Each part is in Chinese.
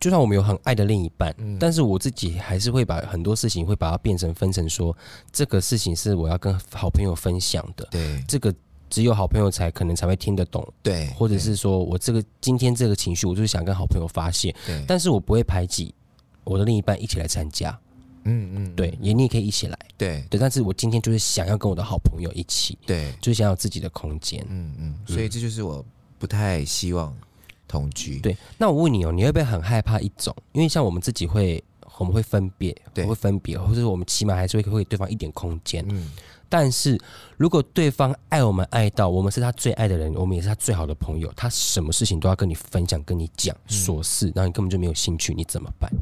就算我们有很爱的另一半，但是我自己还是会把很多事情会把它分成说，这个事情是我要跟好朋友分享的， 对， 这个只有好朋友可能才会听得懂， 对， 或者是说我今天这个情绪，我就是想跟好朋友发泄，但是我不会排挤我的另一半一起来参加，对，你也可以一起来，对，但是我今天就是想要跟我的好朋友一起，对，就是想要有自己的空间， 所以这就是我不太希望同居。 对，那我问你哦，你会不会很害怕一种？因为像我们自己我们会分别，或者我们起码还是会给对方一点空间。但是如果对方爱我们爱到我们是他最爱的人，我们也是他最好的朋友，他什么事情都要跟你分享、跟你讲琐事，然后你根本就没有兴趣，你怎么办？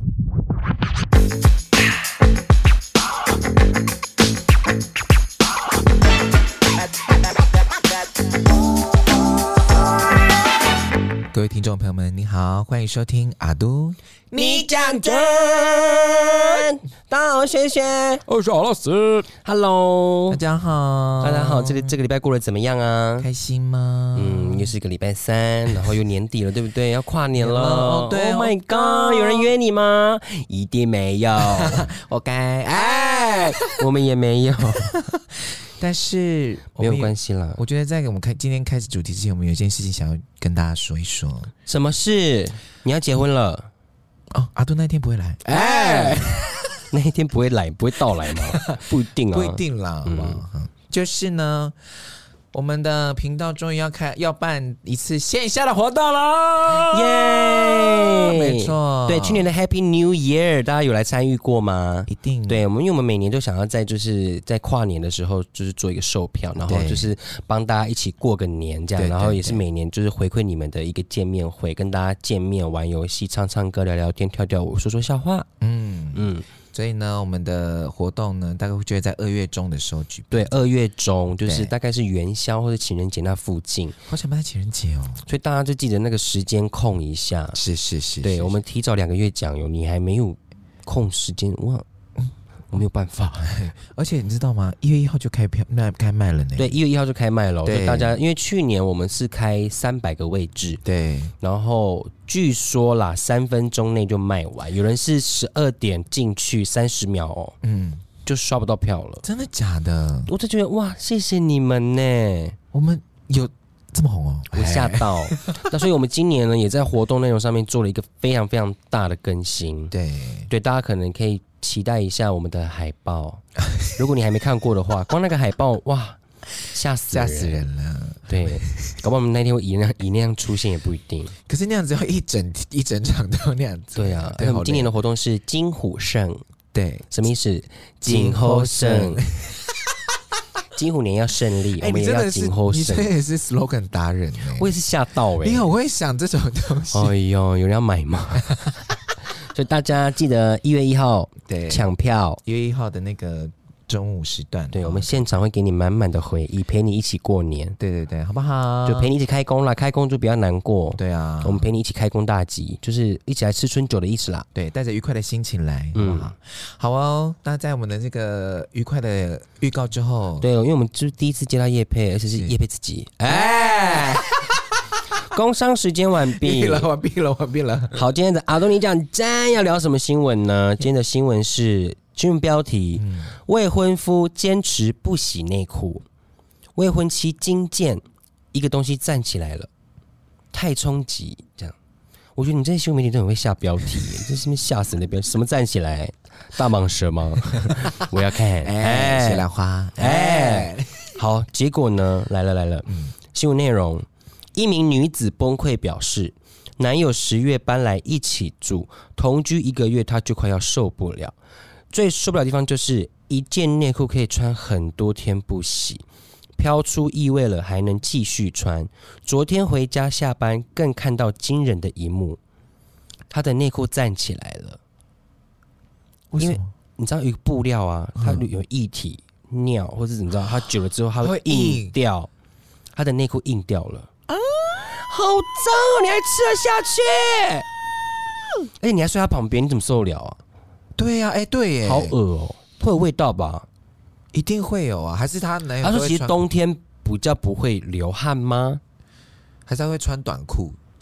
各位听众朋友们，你好，欢迎收听阿都你讲真，大家好，谢谢， 我是敖老师 ，Hello， 大家好， 大家好，这个礼拜过得怎么样啊？ 开心吗？ 又是一个礼拜三，然后又年底了，对不对？要跨年了， 对 ，Oh my God， 有人约你吗？一定没有， 我我们也没有。 但是没有关系啦。 我觉得在我们今天开始主题之前，我们有一件事情想要跟大家说一说。 什么事？你要结婚了？ 哦，阿杜那天不会来。 那一天不会来，不会到来吗？不一定啊， 不一定啦，好不好？就是呢，我们的频道终于要办一次线下的活动了， 耶！ 没错， 对，去年的 Happy New Year， 大家有来参与过吗？ 一定。 对，因为我们每年都想要在跨年的时候，就是做一个售票，然后就是帮大家一起过个年这样，然后也是每年就是回馈你们的一个见面会，跟大家见面、玩游戏、唱唱歌、聊聊天、跳跳舞、说说笑话。 所以呢，我们的活动呢，大概就会在2月中的时候举办。 对，2月中就是大概是元宵或者情人节那附近。 好想办在情人节哦， 所以大家就记得那个时间空一下。 是。 对，我们提早2个月讲哟，你还没有空时间哇。我没有办法， 而且你知道吗？1月1号就开卖了呢。 对，1月1号就开卖了。对，大家因为去年我们是开300个位置， 对， 然后据说啦，3分钟内就卖完，有人是12点进去30秒哦，就刷不到票了。 真的假的？ 我就觉得哇，谢谢你们呢， 我们有这么红哦， 我吓到。那所以我们今年呢，也在活动内容上面做了一个非常非常大的更新。对，大家可能可以期待一下我们的海报，如果你还没看过的话，光那个海报哇，吓死人了。对，搞不好我们那天会以那样出现也不一定。 可是那样子要一整场都那样子。对啊， 我们今年的活动是金虎胜， 对， 什么意思？金虎胜。金虎年要胜利，我们也要金虎胜。 你真的是 slogan 达人欸， 我也是吓到欸。 你很会想这种东西。 哎呦，有人要买吗？所以大家记得1月1号抢票 ，1月1号的那个中午时段， 对，我们现场会给你满满的回忆，陪你一起过年。 对，好不好？ 就陪你一起开工啦，开工就不要难过。 对啊， 我们陪你一起开工大吉，就是一起来吃春酒的意思啦。 对，带着愉快的心情来，好不好？好哦。那在我们的这个愉快的预告之后， 对，因为我们就是第一次接到业配，而且是业配自己。工商时间完毕了。好，今天的阿东你讲真要聊什么新闻呢？今天的新闻是新闻标题：未婚夫坚持不洗内裤，未婚妻惊见一个东西站起来了，太冲击。这样，我觉得你这些新闻媒体都很会下标题，这是不是吓死人的标题？什么站起来？大蟒蛇吗？我要看。 雪兰花。 好，结果呢？来了。新闻内容。一名女子崩溃表示，男友10月搬来一起住，同居1个月，她就快要受不了。最受不了的地方就是一件内裤可以穿很多天不洗，飘出异味了还能继续穿。昨天回家下班更看到惊人的一幕，她的内裤站起来了。因为你知道有一个布料啊，它有液体尿，或者你知道它久了之后它会硬掉，她的内裤硬掉了。好脏哦！你还吃得下去？而且你还睡他旁边，你怎么受得了啊？ 对呀，对耶， 好恶哦，会有味道吧？ 一定会有啊，还是他男友？ 他说其实冬天比较不会流汗吗？ 还是他会穿短裤，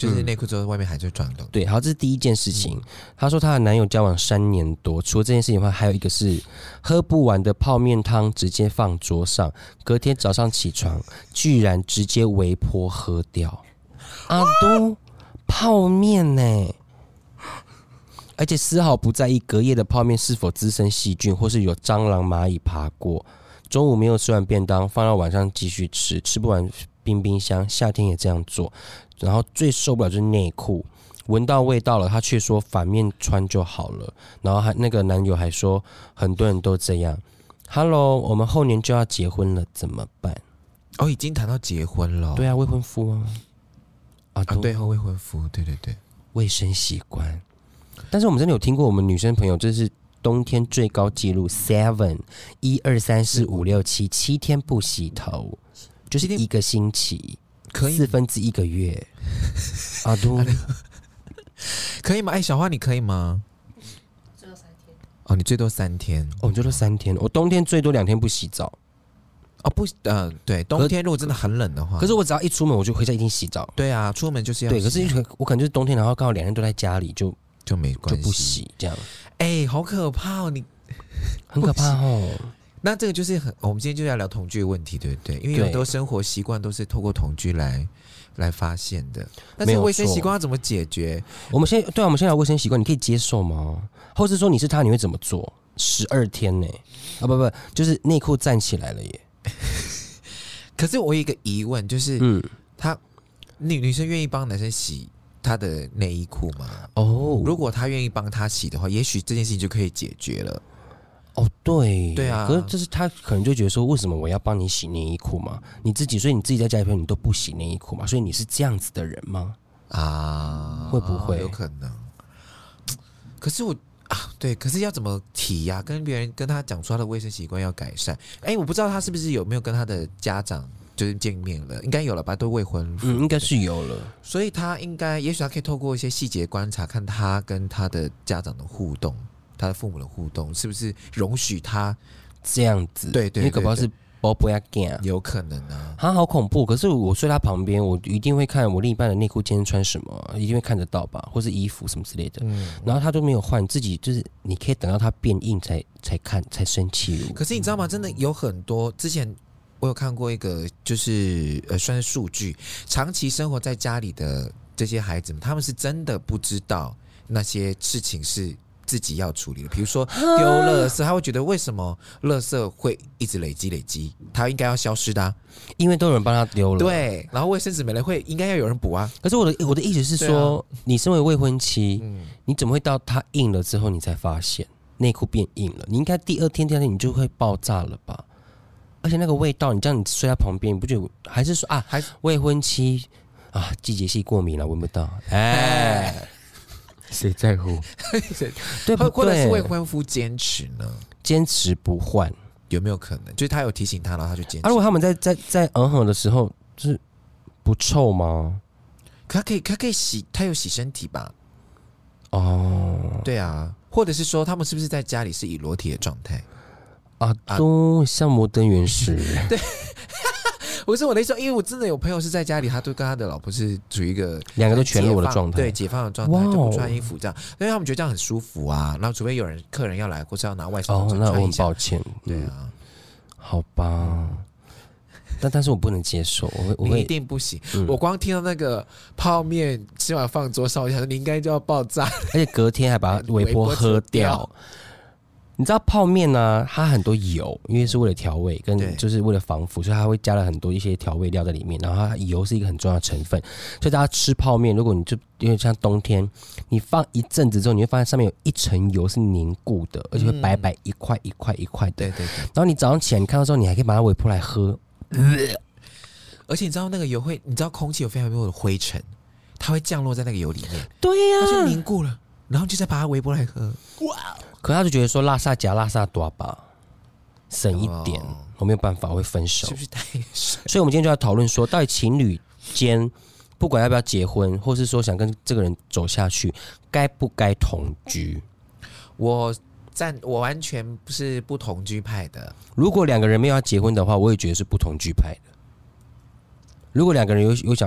就是内裤之后外面还是转动。 对，好，这是第一件事情。她说她的男友交往3年多，除了这件事情的话，还有一个是喝不完的泡面汤直接放桌上，隔天早上起床居然直接微波喝掉。阿都泡面呢？而且丝毫不在意隔夜的泡面是否滋生细菌，或是有蟑螂、蚂蚁爬过。中午没有吃完便当，放到晚上继续吃，吃不完冰箱。夏天也这样做。然后最受不了就是内裤，闻到味道了，他却说反面穿就好了。然后那个男友还说很多人都这样。Hello， 我们后年就要结婚了，怎么办？ 哦，已经谈到结婚了。 对啊，未婚夫啊。 对哦，未婚夫，对对对， 卫生习惯。但是我们真的有听过我们女生朋友，就是冬天最高纪录 7 1 2 3 4 5 6 7 7天不洗头，就是1个星期， 可以 1/4个月。阿都可以吗？哎，小花你可以吗？ 最多3天。 哦，你最多3天。 哦，你最多3天。我冬天最多2天不洗澡。 哦不，对，冬天如果真的很冷的话， 可是我只要一出门，我就回家一定洗澡。 对啊，出门就是要洗。 对，可是我可能就是冬天，然后刚好2天都在家里， 就没关系， 就不洗这样。 哎，好可怕哦！你很可怕哦。 那这个就是我们今天就要聊同居的问题，对不对？因为有很多生活习惯都是透过同居来发现的。但是卫生习惯要怎么解决？ 我们先聊卫生习惯，你可以接受吗？或是说你是他，你会怎么做？12天呢？啊不，就是内裤站起来了耶。 可是我有一个疑问，就是女生愿意帮男生洗他的内衣裤吗？哦，如果他愿意帮他洗的话，也许这件事情就可以解决了。 哦，对啊， 可是这是他可能就觉得说，为什么我要帮你洗内衣裤嘛？所以你自己在家里头你都不洗内衣裤嘛？所以你是这样子的人吗？啊，会不会？ 有可能。可是对，可是要怎么提呀？跟别人跟他讲出他的卫生习惯要改善。哎，我不知道他是不是有没有跟他的家长就是见面了，应该有了吧？都未婚夫， 应该是有了。 所以他也许他可以透过一些细节观察，看他跟他的家长的互动，他的父母的互动，是不是容许他这样子？ 对， 因为搞不好是包不要干， 有可能啊。 他好恐怖。可是我睡他旁边，我一定会看我另一半的内裤今天穿什么，一定会看得到吧，或是衣服什么之类的。然后他都没有换，自己就是你可以等到他变硬才看才生气。 可是你知道吗？真的有很多之前。我有看过一个，就是算是数据，长期生活在家里的这些孩子们，他们是真的不知道那些事情是自己要处理的。比如说丢垃圾，他会觉得为什么垃圾会一直累积，他应该要消失的啊， 因为都有人帮他丢了。 对，然后卫生纸没了应该要有人补啊。 可是我的意思是说，你身为未婚妻，你怎么会到他硬了之后你才发现内裤变硬了？你应该第二天你就会爆炸了吧？而且那个味道，你这样你睡在旁边，你不觉得还是说还未婚妻啊，季节性过敏了，闻不到，哎，谁在乎？对不对？ 或者是未婚夫坚持呢？ 坚持不换， 有没有可能？就是他有提醒他，然后他就坚持。 如果他们在的时候，就是不臭吗？ 可他可以洗，他有洗身体吧？ 哦， 对啊，或者是说他们是不是在家里是以裸体的状态？ 都像摩登原始。 对，不是我的意思，因为我真的有朋友是在家里，他都跟他的老婆是处于一个 2个都全裸的状态， 对，解放的状态，就不穿衣服这样，因为他们觉得这样很舒服啊。然后除非有客人要来，或是要拿外送， 那我很抱歉。 对啊， 好吧，但是我不能接受， 你一定不行。我光听到那个泡面吃完放桌上，我想说你应该就要爆炸， 而且隔天还把它微波喝掉。你知道泡面呢、它很多油，因为是为了调味，跟就是为了防腐，所以它会加了很多一些调味料在里面。然后它油是一个很重要的成分，所以大家吃泡面，如果你就因为像冬天，你放一阵子之后，你会发现上面有一层油是凝固的，而且会白白一块一块一块的。 对。 然后你早上起来，你看到之后，你还可以把它微波来喝。 而且你知道那个油会，你知道空气有非常多的灰尘，它会降落在那个油里面。 对呀、 它就凝固了，然后就再把它微波来喝。哇！ 可他就觉得说拉萨夹拉萨多吧，省一点，我没有办法，我会分手， 是不是太省？ 所以我们今天就要讨论说，到底情侣间不管要不要结婚，或是说想跟这个人走下去，该不该同居？ 我完全不是不同居派的。 如果2个人没有要结婚的话，我也觉得是不同居派的。如果2个人有想，因为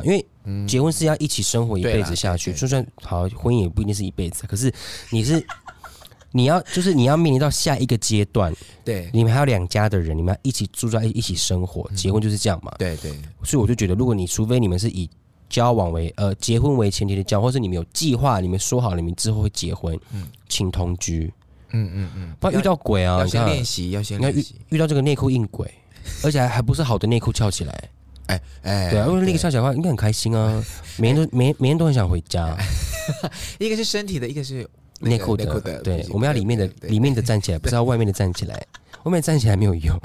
结婚是要一起生活一辈子下去，就算好婚姻也不一定是一辈子，可是你要面临到下一个阶段， 对， 你们还有2家的人，你们要一起住在一起生活，结婚就是这样嘛。 对对， 所以我就觉得，如果你除非你们是以交往为结婚为前提的交往，或是你们有计划，你们说好你们之后会结婚，请同居。不然遇到鬼啊！ 要先练习，要先练习。 遇到这个内裤硬鬼，而且还不是好的内裤翘起来。对啊，因为那个翘起来的话，应该很开心啊，每天都很想回家。 一个是身体的，一个是内裤的。对，我们要里面的站起来，不是要外面的站起来。外面站起来没有用。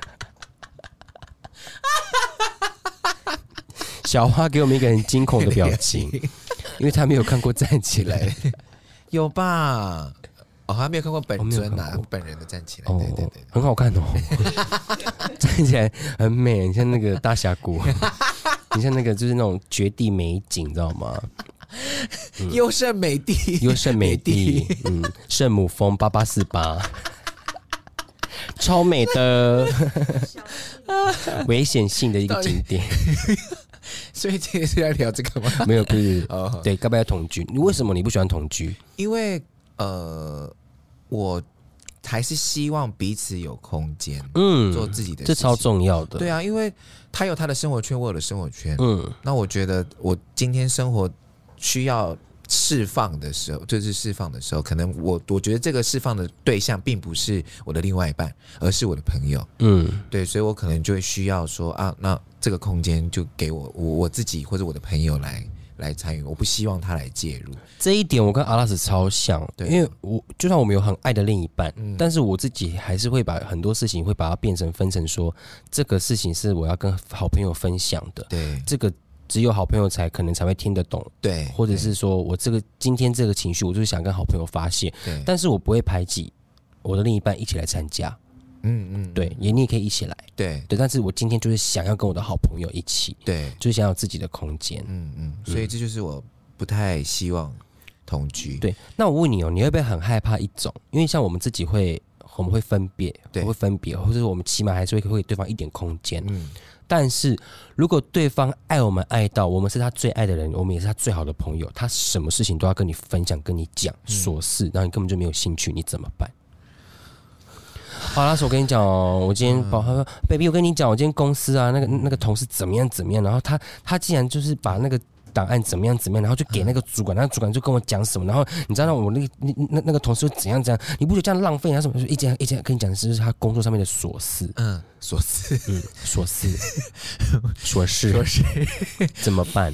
小花给我们一个很惊恐的表情，因为他没有看过站起来。 有吧？他没有看过本尊啊，本人的站起来，对， 很好看哦，站起来很美，你像那个大峡谷，你像那个就是那种绝地美景，知道吗？ 优胜美地， 圣母峰8848，超美的，危险性的一个景点。 所以今天是要聊这个吗？ 没有，不是。对，该不该同居？为什么你不喜欢同居？ 因为我还是希望彼此有空间，做自己的事情， 这超重要的。 对啊，因为他有他的生活圈，我有的生活圈。那我觉得我今天生活需要释放的时候，就是释放的时候，可能我觉得这个释放的对象并不是我的另外一半，而是我的朋友。对，所以我可能就会需要说啊，那这个空间就给我自己或者我的朋友来参与，我不希望他来介入。 这一点我跟阿拉斯超像，因为就算我们有很爱的另一半，但是我自己还是会把很多事情会把它分成说，这个事情是我要跟好朋友分享的， 对， 这个只有好朋友才会听得懂， 对， 或者是说我今天这个情绪，我就是想跟好朋友发泄， 对， 但是我不会排挤我的另一半一起来参加。对，你也可以一起来， 对， 但是我今天就是想要跟我的好朋友一起， 对， 就是想要有自己的空间， 所以这就是我不太希望同居。 对，那我问你哦，你会不会很害怕一种？因为像我们自己我们会分别，或者我们起码还是会给对方一点空间。但是如果对方爱我们爱到我们是他最爱的人，我们也是他最好的朋友，他什么事情都要跟你分享、跟你讲琐事，然后你根本就没有兴趣，你怎么办？好啦，我跟你讲哦，我今天他说 ，baby， 我跟你讲，我今天公司啊，那个同事怎么样，然后他竟然就是把那个档案怎么样，然后就给那个主管，那个主管就跟我讲什么，然后你知道我那个同事会怎样，你不觉得这样浪费啊什么？一直跟你讲的是他工作上面的琐事，琐事，怎么办？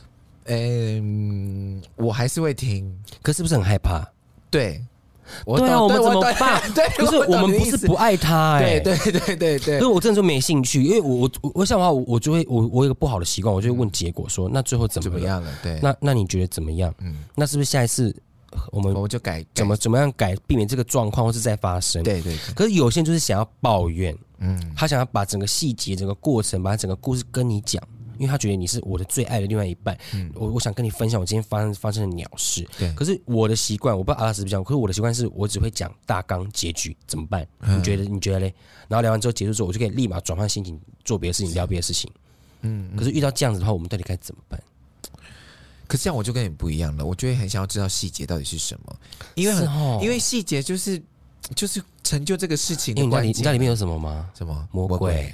我还是会听， 可是不是很害怕？ 对。 对啊，我们怎么办？可是我们不是不爱他， 对。 可是我真的就没兴趣，因为我想的话，我就会我有一个不好的习惯，我就会问结果说，那最后怎么样了？对， 那你觉得怎么样？那是不是下一次我们就改怎么样改，避免这个状况或是再发生？ 对。 可是有些人就是想要抱怨，他想要把整个细节、整个过程、把整个故事跟你讲。因为他觉得你是我的最爱的另外一半，我想跟你分享我今天发生的鸟事。 对， 可是我的习惯，我不知道阿拉斯不讲，可是我的习惯是我只会讲大纲结局，怎么办？你觉得嘞？然后聊完之后结束之后，我就可以立马转换心情，做别的事情，聊别的事情。可是遇到这样子的话，我们到底该怎么办？ 可是这样我就跟你不一样了，我就会很想要知道细节到底是什么，因为细节就是成就这个事情的关键。 你知道里面有什么吗？ 什么魔鬼？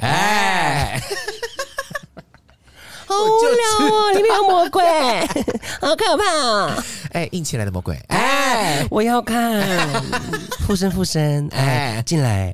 好无聊哦，里面有魔鬼，好可怕啊！ 硬起来的魔鬼， 我要看附身，进来，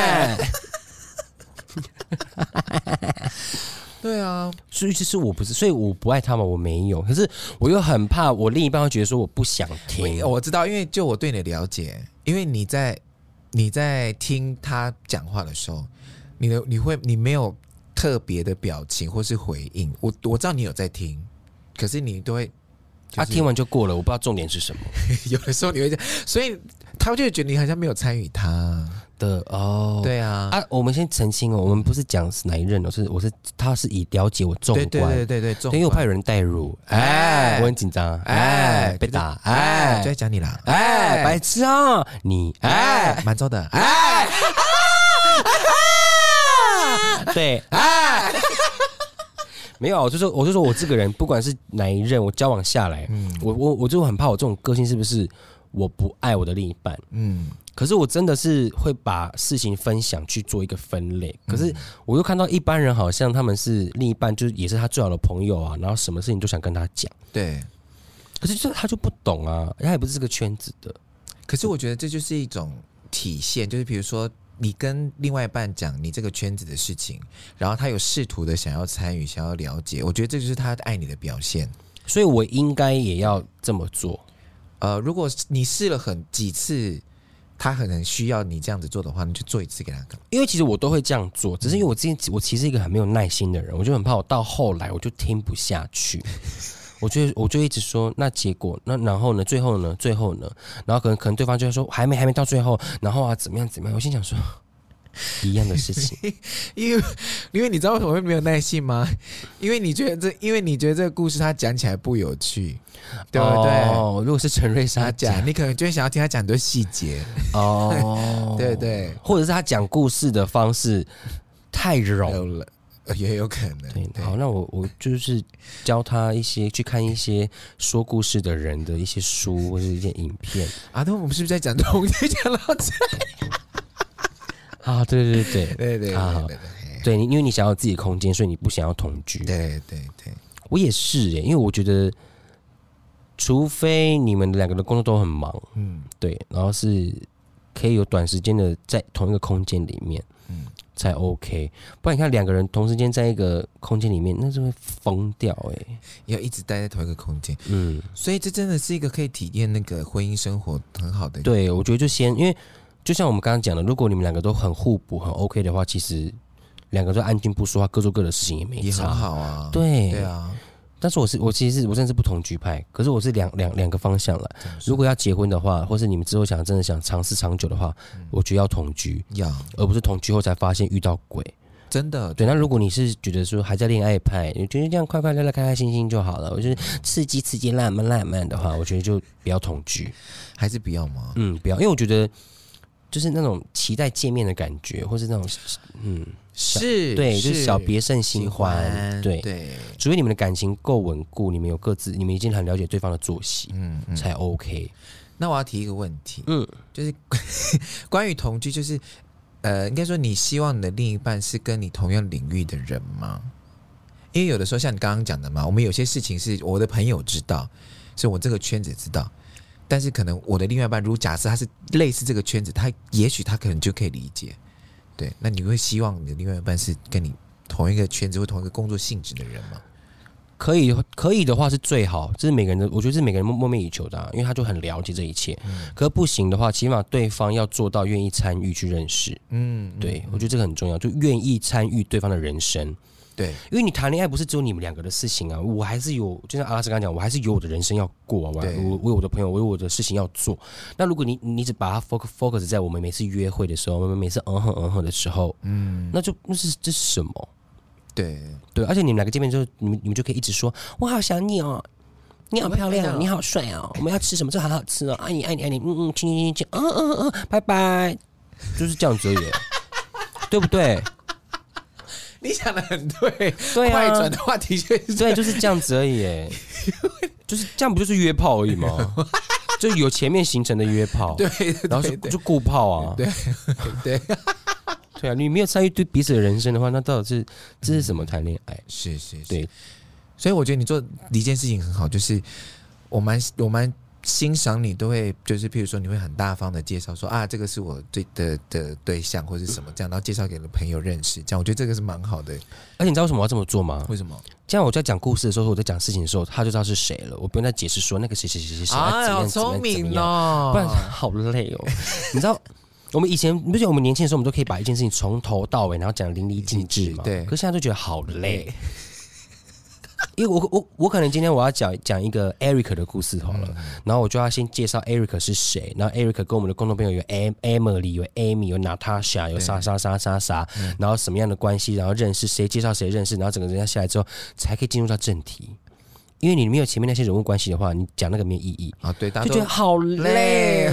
对啊， 所以其实我不是，所以我不爱他嘛，我没有，可是我又很怕我另一半会觉得说我不想听。 我知道，因为就我对你的了解，因为你在听他讲话的时候，你没有特别的表情或是回应，我知道你有在听，可是你都会， 听完就过了，我不知道重点是什么。 有的时候你会这样，所以他就会觉得你好像没有参与他的哦。 对啊， 我们先澄清哦，我们不是讲是哪一任哦，他是以了解我纵观， 对， 因为我怕有人带入，我很紧张，被打， 就在讲你啦， 白痴啊，你， 蛮糟的， 对， 没有，我就说我这个人，不管是哪一任，我交往下来，我就很怕我这种个性是不是我不爱我的另一半，可是我真的是会把事情分享去做一个分类，可是我又看到一般人好像他们是另一半，就是也是他最好的朋友啊，然后什么事情都想跟他讲， 对， 可是他就不懂啊，他也不是这个圈子的， 可是我觉得这就是一种体现，就是比如说。你跟另外一半讲你这个圈子的事情，然后他有试图的想要参与、想要了解，我觉得这就是他爱你的表现。 所以我应该也要这么做。 如果你试了几次，他可能需要你这样子做的话，你就做一次给他看。 因为其实我都会这样做，只是因为我其实是一个很没有耐心的人，我就很怕我到后来我就听不下去。我就一直说，那结果那然后呢？最后呢？然后可能对方就会说还没到最后，然后啊怎么样？我心想说一样的事情， 因为你知道为什么会没有耐性吗？因为你觉得这个故事他讲起来不有趣，对不对？ 哦，如果是陈瑞莎讲， 你可能就会想要听他讲很多细节哦，对对， 或者是他讲故事的方式太柔了。 也有可能。 对，好，那我就是教他去看一些说故事的人的一些书或者一些影片。 啊，那我们是不是在讲同一讲到这？ 啊，对，对，因为你想要有自己的空间，所以你不想要同居。 对， 我也是因为我觉得，除非你们两个的工作都很忙，对，然后是可以有短时间的在同一个空间里面，才 OK， 不然你看两个人同时间在一个空间里面，那就会疯掉要一直待在同一个空间，所以这真的是一个可以体验那个婚姻生活很好的。 对，我觉得因为就像我们刚刚讲的，如果你们两个都很互补、很 OK 的话，其实两个都安静不说话，各做各的事情也没差， 也很好啊。 对啊。 但是我其实真的是不同居派，可是我是两个方向了。如果要结婚的话，或是你们之后真的想尝试长久的话，我觉得要同居，而不是同居后才发现遇到鬼。 真的， 对。那如果你是觉得说还在恋爱派，你觉得这样快快乐乐、开开心心就好了，我觉得刺激、浪漫的话，我觉得就不要同居， 还是不要吗？ 不要，因为我觉得就是那种期待见面的感觉，或是那种对，就是小别胜新欢，对，除非你们的感情够稳固，你们已经很了解对方的作息，才 OK。 那我要提一个问题，就是关于同居，就是应该说你希望你的另一半是跟你同样领域的人吗？因为有的时候像你刚刚讲的嘛，我们有些事情是我的朋友知道，是我这个圈子知道，但是可能我的另外一半，如果假设他是类似这个圈子，也许他可能就可以理解。对，那你会希望你的另外一半是跟你同一个圈子或同一个工作性质的人吗？ 可以的话是最好，这是每个人的，我觉得是每个人梦寐以求的因为他就很了解这一切。可是不行的话，起码对方要做到愿意参与去认识。对，我觉得这个很重要，就愿意参与对方的人生。 对， 因为你谈恋爱不是只有你们两个的事情啊，我还是有，就像阿拉斯刚讲，我还是有我的人生要过啊，我有我的朋友，我有我的事情要做。那如果你只把它 focus 在我们每次约会的时候，我们每次的时候，那这是什么？对，而且你们两个见面之后，你们就可以一直说，我好想你哦，你好漂亮，你好帅哦，我们要吃什么？这好好吃哦，爱你，亲，拜拜，就是这样子而已，对不对？ 你想的很对， 对啊， 快转的话的确是对，就是这样子而已，就是这样，不就是约炮而已吗？就有前面形成的约炮， 对， 然后就顾炮啊， 对啊，你没有参与对彼此的人生的话，那到底这是什么谈恋爱？ 是， 对， 所以我觉得你做一件事情很好，就是我蛮欣赏你，都会就是譬如说你会很大方的介绍说啊，这个是我的对象或是什么这样，然后介绍给了朋友认识，这样我觉得这个是蛮好的。 而且你知道为什么我要这么做吗？ 为什么？ 这样我在讲故事的时候，我在讲事情的时候，他就知道是谁了，我不用再解释说那个谁好聪明哦， 不然好累哦。你知道我们以前不是我们年轻的时候，我们都可以把一件事情从头到尾，然后讲淋漓尽致嘛。对。可是现在就觉得好累。因为我可能今天我要讲一个 Eric 的故事好了，然后我就要先介绍 Eric 是谁，然后 Eric 跟我们的共同朋友有 Emily 有 Amy 有 Natasha 有啥，然后什么样的关系，然后认识谁介绍谁认识，然后整个人家下来之后才可以进入到正题。因为你没有前面那些人物关系的话，你讲那个没有意义啊。对，大家就觉得好累，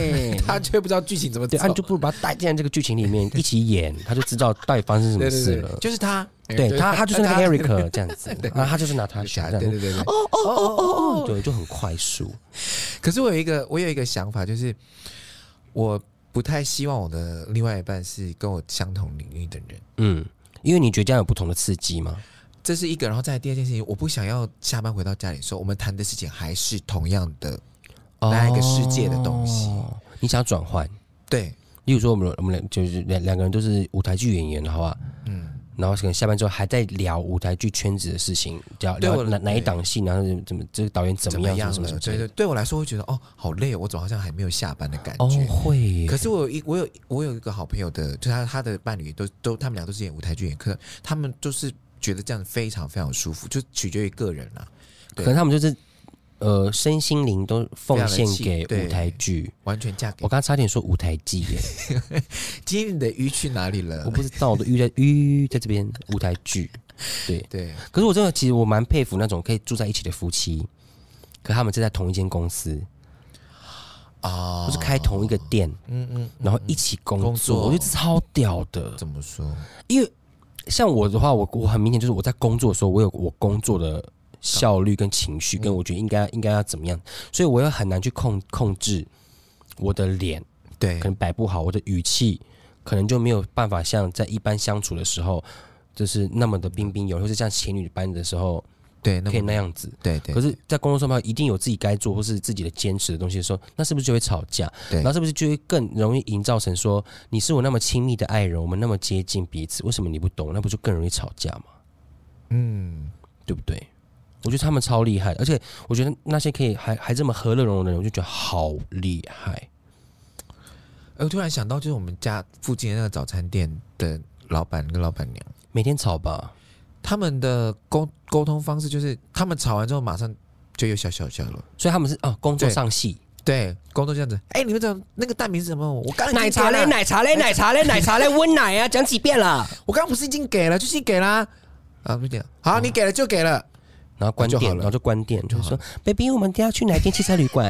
他却不知道剧情怎么走。 对，你就不如把他带进来这个剧情里面一起演，他就知道到底发生什么事了。 对，就是他， 对他就是那个 Eric 这样子，然后他就是拿他想这样， 对， 对，就很快速。 可是我有一个想法，就是我不太希望我的另外一半是跟我相同领域的人。 因为你觉得这样有不同的刺激吗？ 这是一个，然后再来第二件事情，我不想要下班回到家里的时候，我们谈的事情还是同样的那一个世界的东西。 你想要转换？对，例如说我们就是两个人都是舞台剧演员，好吧？然后可能下班之后还在聊舞台剧圈子的事情，聊哪一档戏，然后怎么这个导演怎么样，什么对我来说会觉得好累哦，我总好像还没有下班的感觉。 会。 可是我有一个好朋友的，就是他的伴侣都他们俩都是演舞台剧演，可他们就是觉得这样非常非常舒服，就取决于个人啦。 可能他们就是身心灵都奉献给舞台剧， 完全嫁给我刚刚差点说舞台剧耶。 今天你的鱼去哪里了？ 我不知道，我的鱼在这边舞台剧。对。可是我真的其实我蛮佩服那种可以住在一起的夫妻，可他们是在同一间公司或是开同一个店，然后一起工作，我觉得超屌的。 怎么说？ 因为像我的话，我很明显就是我在工作的时候，我有我工作的效率跟情绪，跟我觉得应该要怎么样，所以我又很难去控制我的脸， 对， 可能摆不好，我的语气可能就没有办法像在一般相处的时候，就是那么的彬彬有礼，或是像情侣班的时候， 对， 可以那样子， 对。 可是，在工作上面一定有自己该做或是自己的坚持的东西的时候，那是不是就会吵架？ 对， 然后是不是就会更容易营造成说，你是我那么亲密的爱人，我们那么接近彼此，为什么你不懂？那不就更容易吵架吗？对不对？我觉得他们超厉害，而且我觉得那些可以还这么和乐融融的人，我就觉得好厉害。 我突然想到，就是我们家附近的那个早餐店的老板跟老板娘， 每天吵吧， 他们的沟通方式就是他们吵完之后马上就又笑了， 所以他们是工作上戏。 对，工作这样子。你们怎么那个蛋饼是什么？我刚奶茶嘞，温奶啊，讲几遍了？ 我刚不是已经给了，就是给啦。不点好，你给了就给了。 然后关店，然后就关店，就说 ：“baby， 我们等一下去哪间汽车旅馆？”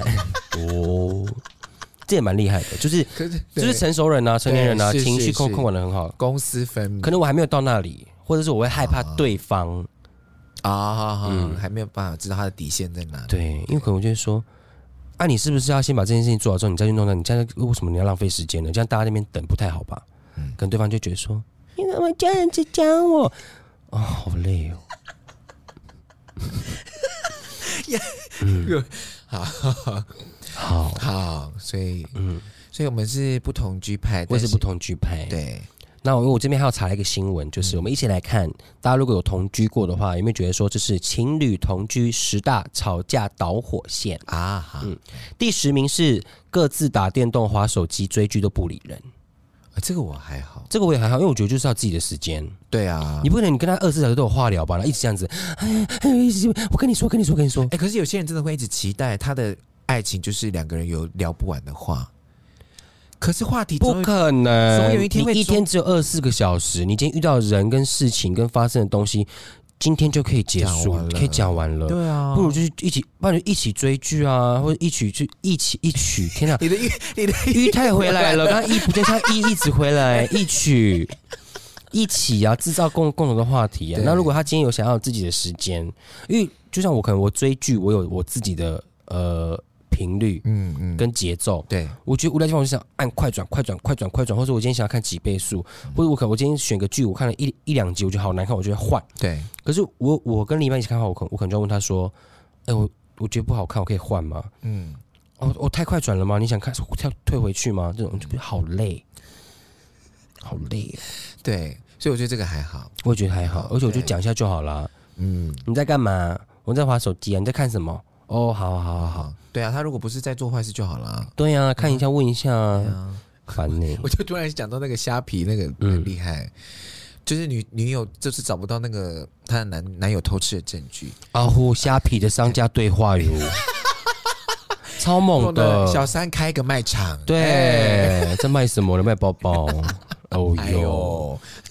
这也蛮厉害的，就是成熟人啊，成年人啊，情绪控管得很好。 公私分明， 可能我还没有到那里，或者是我会害怕对方还没有办法知道他的底线在哪里。 对，因为可能我就会说：“你是不是要先把这件事情做好之后，你再去弄它？你这样为什么你要浪费时间呢？这样大家那边等不太好吧？”可能对方就觉得说：“你怎么这样子讲我？好累哦。” 好，所以我们是不同居派， 我是不同居派。 对， 那我这边还要查一个新闻，就是我们一起来看，大家如果有同居过的话，有没有觉得说这是情侣同居10大吵架导火线第10名是各自打电动、滑手机、追剧都不理人。 这个我还好， 这个我也还好，因为我觉得就是要自己的时间。 对啊， 你不可能你跟他24小时都有话聊吧？然后一直这样子，我跟你说。 可是有些人真的会一直期待他的爱情就是两个人有聊不完的话。可是话题不可能， 总有一天会， 你一天只有24个小时，你今天遇到人跟事情跟发生的东西，今天就可以结束，可以讲完了。 对啊， 不如就是不然就一起追剧啊，或者一起。天哪， 你的鱼太回来了，刚刚不见，他一直回来，一起啊，制造共同的话题啊。那如果他今天有想要有自己的时间，因为就像可能我追剧，我有我自己的频率，跟节奏。 对， 我觉得无聊地方我就想按快转，或者我今天想要看几倍速，或者我今天选个剧，我看了一两集，我觉得好难看，我就会换。 对， 可是我跟另一半一起看的话，我可能就要问他说：“我觉得不好看，我可以换吗？”我太快转了吗？你想看退回去吗？这种就好累，好累。 对，所以我觉得这个还好， 我也觉得还好，而且我就讲一下就好啦。你在干嘛？我在滑手机啊。你在看什么？好。 对啊，他如果不是在做坏事就好了。 对啊，看一下，问一下啊，烦你。 我就突然想到那个虾皮那个很厉害，就是女友就是找不到那个她的男友偷吃的证据。 虾皮的商家对话哟，超猛的。 小三开个卖场， 对，在卖什么呢？卖包包。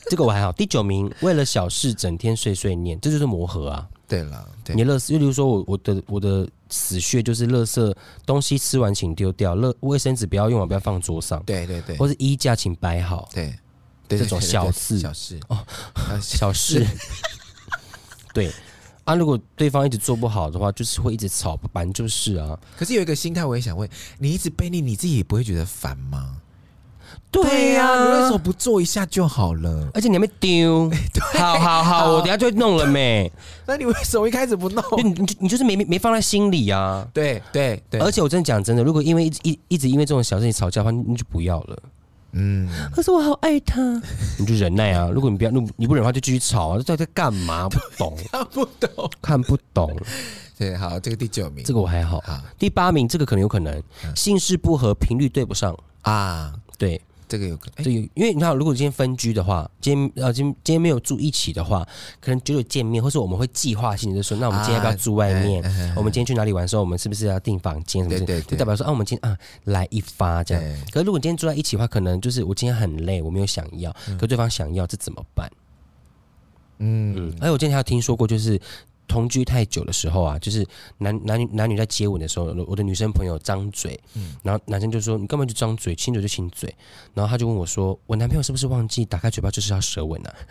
这个我还好。第9名，为了小事整天碎碎念，这就是磨合啊。 对了，对， 你垃圾，就例如说我的死穴就是垃圾东西吃完请丢掉，卫生纸不要用完，不要放桌上， 对对对， 或是衣架请摆好， 对， 这种小事哦，小事，对啊，如果对方一直做不好的话，就是会一直吵，反正就是啊。 可是有一个心态，我也想问你，一直背你自己也不会觉得烦吗？ 对呀、 你为什么不做一下就好了？ 而且你还没丢，好，我等一下就会弄了没？ 那你为什么一开始不弄？ 你就是没放在心里啊。 对， 而且我真的讲真的，如果因为一直因为这种小事情吵架的话，你就不要了。可是我好爱他，你就忍耐啊。如果你不要，你不忍的话，就继续吵啊。这在干嘛？不懂，看不懂。 对，好，这个第9名， 这个我还好。第8名，这个可能有可能，姓氏不合，频率对不上啊。对。 这个有可能， 因为你看，如果今天分居的话，今天没有住一起的话，可能久久见面，或是我们会计划性的说，那我们今天要不要住外面？我们今天去哪里玩的时候，我们是不是要订房间？什么对，就代表说我们今天来一发这样。可是如果今天住在一起的话，可能就是我今天很累，我没有想要，可对方想要，这怎么办？而且我今天还有听说过，就是同居太久的时候啊，就是男女在接吻的时候，我的女生朋友张嘴，然后男生就说你干嘛就张嘴，亲嘴就亲嘴，然后他就问我说，我男朋友是不是忘记打开嘴巴就是要舌吻啊？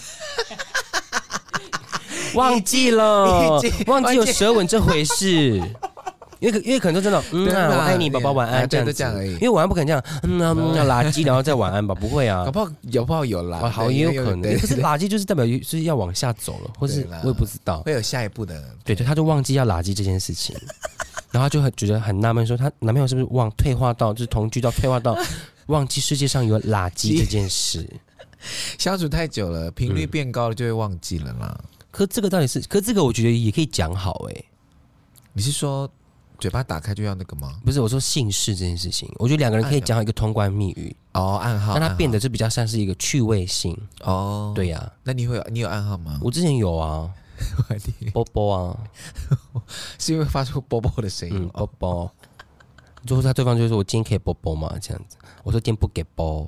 忘记了，忘记有舌吻这回事。因为可能都真的，我爱你，宝宝晚安，这样子。因为晚安不可能这样，要垃圾然后再晚安吧，不会啊。搞不好有啦， 好也有可能。可是垃圾就是代表是要往下走了，或是我也不知道会有下一步的。 对，他就忘记要垃圾这件事情，然后他就觉得很纳闷，说她男朋友是不是退化到就是同居到退化到忘记世界上有垃圾这件事。 相处太久了，频率变高了就会忘记了啦。 可这个到底是？可这个我觉得也可以讲好你是说？嘴巴打开就要那个吗？ 不是，我说姓氏这件事情，我觉得2个人可以讲好一个通关密语暗号， 让它变得就比较像是一个趣味性对呀， 那你有暗号吗？ 我之前有啊，波波啊， 是因为发出波波的声音， 波波。最后对方就说：“我今天可以波波吗？”这样子，我说：“今天不给波。”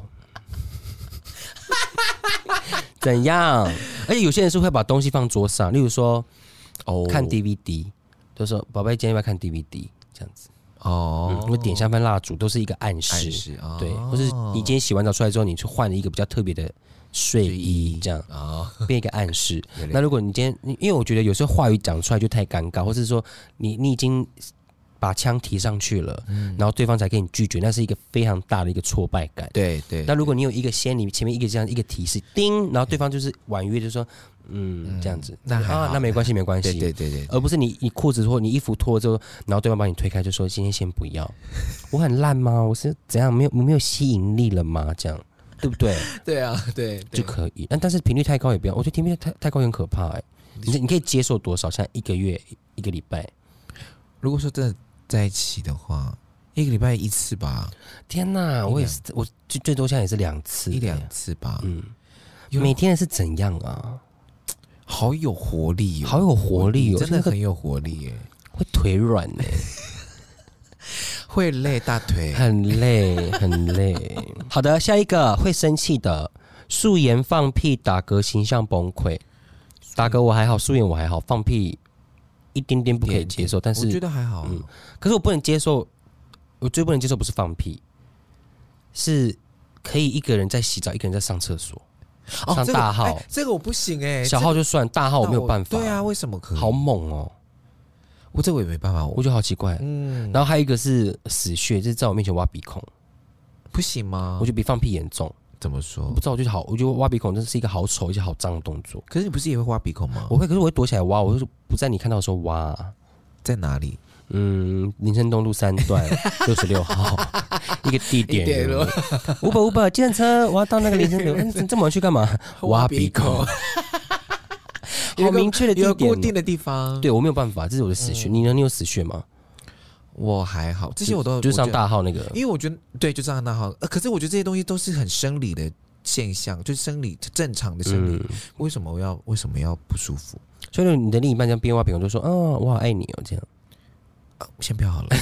怎样？而且有些人是会把东西放桌上，例如说看 DVD。就说宝贝，今天要不要看 DVD 这样子因为点香氛蜡烛都是一个暗示对，或是你今天洗完澡出来之后，你去换了一个比较特别的睡衣，这样变一个暗示。那如果你今天，因为我觉得有时候话语讲出来就太尴尬，或是说你已经把枪提上去了，然后对方才给你拒绝，那是一个非常大的一个挫败感。 对。 那如果你有一个先，你前面一个这样一个提示，叮，然后对方就是婉约，就说。这样子，那没关系，没关系， 对， 而不是你裤子脱，你衣服脱之后，然后对方把你推开，就说今天先不要，我很烂吗？我是怎样没有吸引力了吗？这样对不对？ 对啊，对， 就可以。但是频率太高也不要，我觉得频率太高很可怕你可以接受多少？像1个月、1个礼拜。 如果说真的在一起的话，1个礼拜1次吧。 天哪，我也是，我最多现在也是2次 ，1-2次吧。 每天是怎样啊？ 好有活力好有活力真的很有活力会腿软会累大腿， 很累很累。好的，下一个会生气的，素颜放屁打嗝形象崩溃。打嗝我还好，素颜我还好，放屁一点点不可以接受，但是我觉得还好。 可是我不能接受，我最不能接受不是放屁，是可以一个人在洗澡，一个人在上厕所。上大号， 这个我不行小号就算，大号我没有办法。 对啊，为什么可以？ 好猛哦！ 这我也没办法， 我觉得好奇怪。然后还有一个是死穴，就是在我面前挖鼻孔， 不行吗？ 我觉得比放屁严重。 怎么说？ 我不知道，我觉得挖鼻孔真是一个好丑而且好脏的动作。 可是你不是也会挖鼻孔吗？ 我会，可是我会躲起来挖，我就是不在你看到的时候挖。 在哪里？ 林森东路3段66号一个地点。Uber 计程车，我要到那个林森东，这么晚去干嘛？挖鼻孔。好明确的地点， 有固定的地方。 对，我没有办法，这是我的死穴。你呢？你有死穴吗？ 我还好，这些我都就上大号那个， 因为我觉得对，就上大号。可是我觉得这些东西都是很生理的现象，就是生理正常的生理。为什么要不舒服？ 所以你的另一半这样边挖鼻孔就说：“我好爱你哦。”这样。 先不要好了，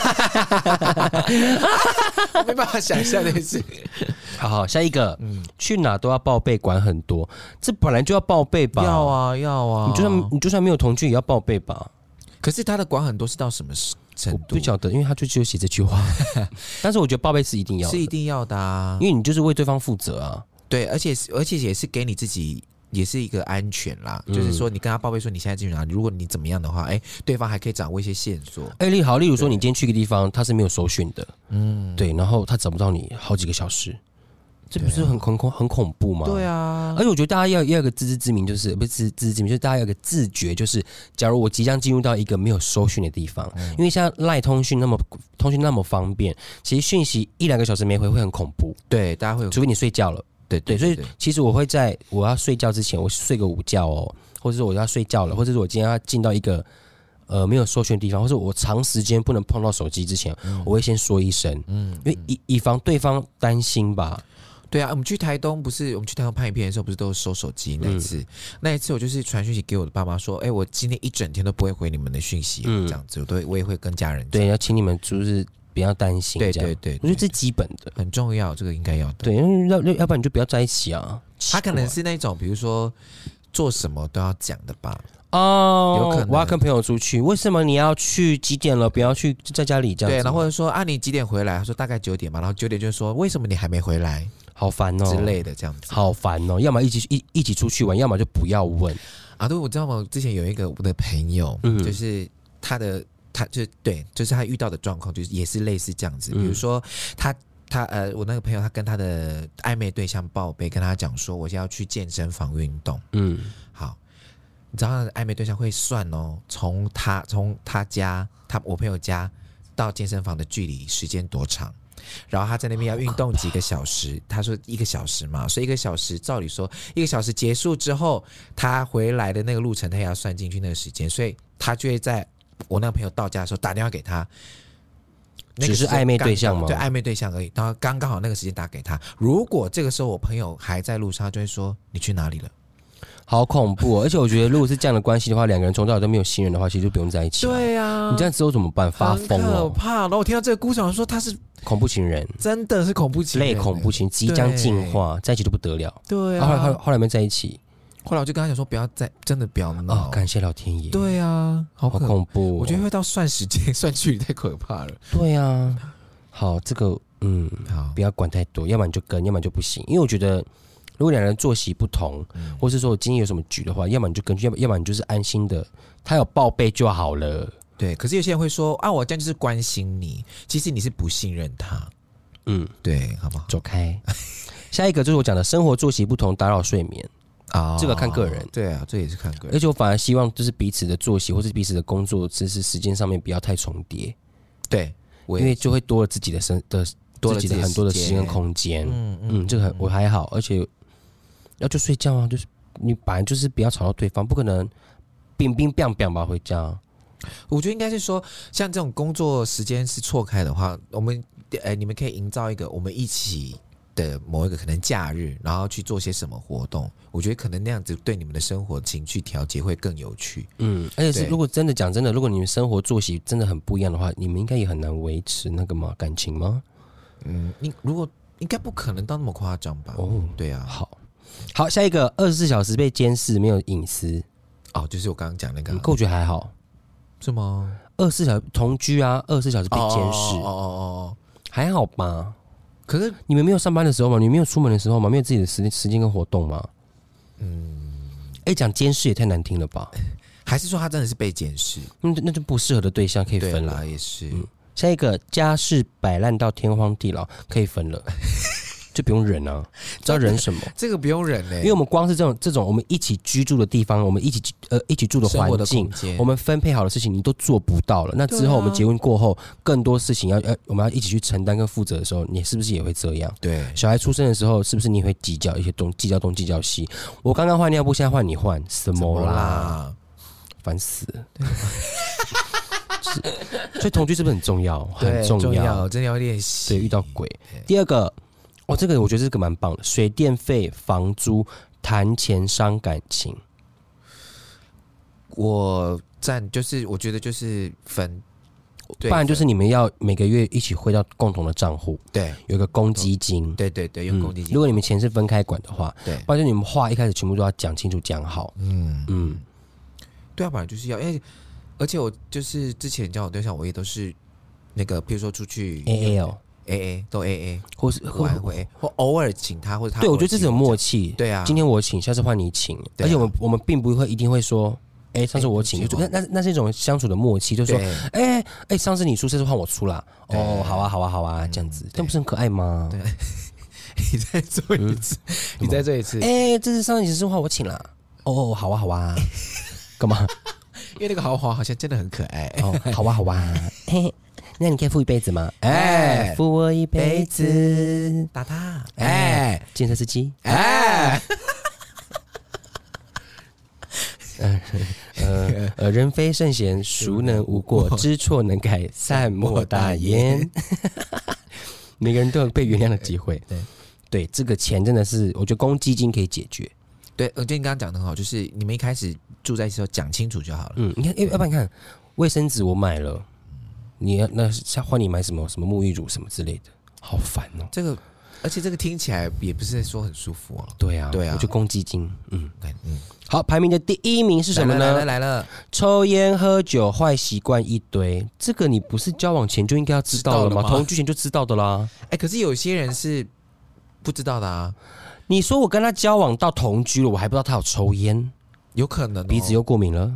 我没办法想象那件事。 好，下一个，去哪都要报备，管很多，这本来就要报备吧？ 要啊，要啊， 你就算没有同居也要报备吧？ 可是他的管很多是到什么程度？ 我不晓得，因为他就只有写这句话。但是我觉得报备是一定要的， 是一定要的啊， 因为你就是为对方负责啊。 对，而且也是给你自己。也是一个安全啦，就是说你跟他报备说你现在进去哪里，如果你怎么样的话，对方还可以掌握一些线索。 例如说你今天去一个地方，他是没有搜讯的，对，然后他找不到你好几个小时，这不是很恐怖吗？ 对啊， 而且我觉得大家要有个自知之明，就是不是自知之明，就是大家要有个自觉，就是假如我即将进入到一个没有搜讯的地方，因为像赖通讯那么方便，其实讯息1-2个小时没回会很恐怖， 对，大家会有， 除非你睡觉了。对，所以其实我会在我要睡觉之前，我睡个午觉哦，或者是我要睡觉了，或者是我今天要进到一个没有搜寻的地方，或者我长时间不能碰到手机之前，我会先说一声，因为以防对方担心吧。 对啊，我们去台东拍影片的时候，不是都收手机那一次我就是传讯息给我的爸妈说，我今天一整天都不会回你们的讯息，这样子，我也会跟家人讲， 对，要请你们就是不要担心， 对， 我觉得这是基本的， 很重要，这个应该要的。 对，要不然你就不要在一起啊。 他可能是那种，比如说做什么都要讲的吧。 有可能我要跟朋友出去，为什么你要去？几点了？不要去，在家里这样子。 对，然后或者说你几点回来？他说大概9点嘛，然后9点就说为什么你还没回来？ 好烦哦之类的，这样子。好烦哦，要么一起出去玩，要么就不要问啊。对，我知道吗？之前有一个我的朋友，就是他就是他遇到的状况，就是也是类似这样子。比如说我那个朋友，他跟他的暧昧对象报备，跟他讲说，我现在要去健身房运动。好，你知道他的暧昧对象会算哦，从他家，我朋友家到健身房的距离时间多长，然后他在那边要运动几个小时，他说1个小时嘛，所以1个小时，照理说1个小时结束之后，他回来的那个路程，他也要算进去那个时间，所以他就会在我那个朋友到家的时候打电话给他。 只是暧昧对象吗？ 对，暧昧对象而已。然后刚好那个时间打给他，如果这个时候我朋友还在路上，他就会说你去哪里了？ 好恐怖而且我觉得，如果是这样的关系的话，2个人从头到尾都没有信任的话，其实就不用在一起。 对啊， 你这样之后怎么办？发疯了， 可怕。然后我听到这个故事，我说他是恐怖情人， 真的是恐怖情人， 类恐怖情，即将进化，在一起都不得了。 对啊， 后来没在一起。 后来我就跟他讲说，不要再，真的不要闹。 感谢老天爷。 对啊，好恐怖。 我觉得会到算时间、算距离太可怕了。 对啊，好，这个好，不要管太多，要么你就跟，要么就不行。因为我觉得，如果2人作息不同，或是说我今天有什么局的话，要么你就跟，要么你就是安心的，他有报备就好了。 对，可是有些人会说我这样就是关心你，其实你是不信任他。对，好不好？ 走开。下一个就是我讲的生活作息不同，打扰睡眠。这个看个人。 对啊，这也是看个人。 而且我反而希望就是彼此的作息或是彼此的工作知识时间上面不要太重叠。 对， 因为就会多了自己的很多的时间跟空间。这个我还好，而且要就睡觉啊，就是你本来就是不要吵到对方，不可能冰冰冰冰吧回家。 我觉得应该是说，像这种工作时间是错开的话，你们可以营造一个我们一起的某一个可能假日，然后去做些什么活动。我觉得可能那样子对你们的生活情绪调节会更有趣。 而且是如果真的讲真的，如果你们生活作息真的很不一样的话，你们应该也很难维持那个感情吗？ 如果应该不可能到那么夸张吧？对啊。 好，下一个24小时被监视，没有隐私。 就是我刚刚讲那个。 我觉得还好。 是吗 ？24小时同居啊，24小时被监视。还好吧？ 可是你们没有上班的时候吗？你没有出门的时候吗？没有自己的时间跟活动吗？讲监视也太难听了吧？ 还是说他真的是被监视？ 那就不适合的对象可以分了。 也是。 下一个家事摆烂到天荒地老，可以分了。就不用忍啊，知道忍什么？ 这个不用忍因为我们光是这种我们一起居住的地方，我们一起住的环境，我们分配好的事情你都做不到了。那之后我们结婚过后，更多事情我们要一起去承担跟负责的时候，你是不是也会这样？ 对， 小孩出生的时候，是不是你也会计较一些计较东计较西？我刚刚换尿布，现在换你换，什么啦？烦死了！所以同居是不是很重要？很重要， 真的要练习。 对，遇到鬼。第二个。这个我觉得这个蛮棒的，水电费、房租谈钱伤感情。 我觉得就是分， 对， 不然就是你们要每个月一起汇到共同的账户， 对， 有一个公积金。 对对对，用公积金。 如果你们钱是分开管的话， 对， 不然就你们话一开始全部都要讲清楚讲好。 对啊，本来就是要，因为而且我就是之前交往对象，我也都是那个，比如说出去 AA 哦。 AA 都 AA， 或是或偶尔请他，或者他对，我觉得这是有默契。 对啊， 今天我请，下次换你请，而且我们并不会一定会说，上次我请，就那是一种相处的默契，就是说，上次你出，这次换我出啦。哦，好啊，这样子，这样不是很可爱吗？ 对，你再做一次，你再做一次。 这次上次你是换我请啦。哦，好啊，干嘛？ 因为那个豪华好像真的很可爱。 哦，好啊。那你可以付一辈子吗？付我一辈子， 打他， 建设司机，人非圣贤，孰能无过？知错能改，善莫大焉。每个人都有被原谅的机会。对，这个钱真的是，我觉得公积金可以解决。 对，我觉得你刚刚讲的很好，就是你们一开始住在一起的时候讲清楚就好了。 你看，要不然你看，卫生纸我买了。那换你买什么沐浴乳什么之类的，好烦哦。 这个，而且这个听起来也不是说很舒服哦。 对啊，我就公积金。好，排名的第1名是什么呢？ 来了， 抽烟喝酒坏习惯一堆，这个你不是交往前就应该要知道了吗？同居前就知道的啦。 可是有些人是不知道的啊。 你说我跟他交往到同居了，我还不知道他有抽烟， 有可能鼻子又过敏了。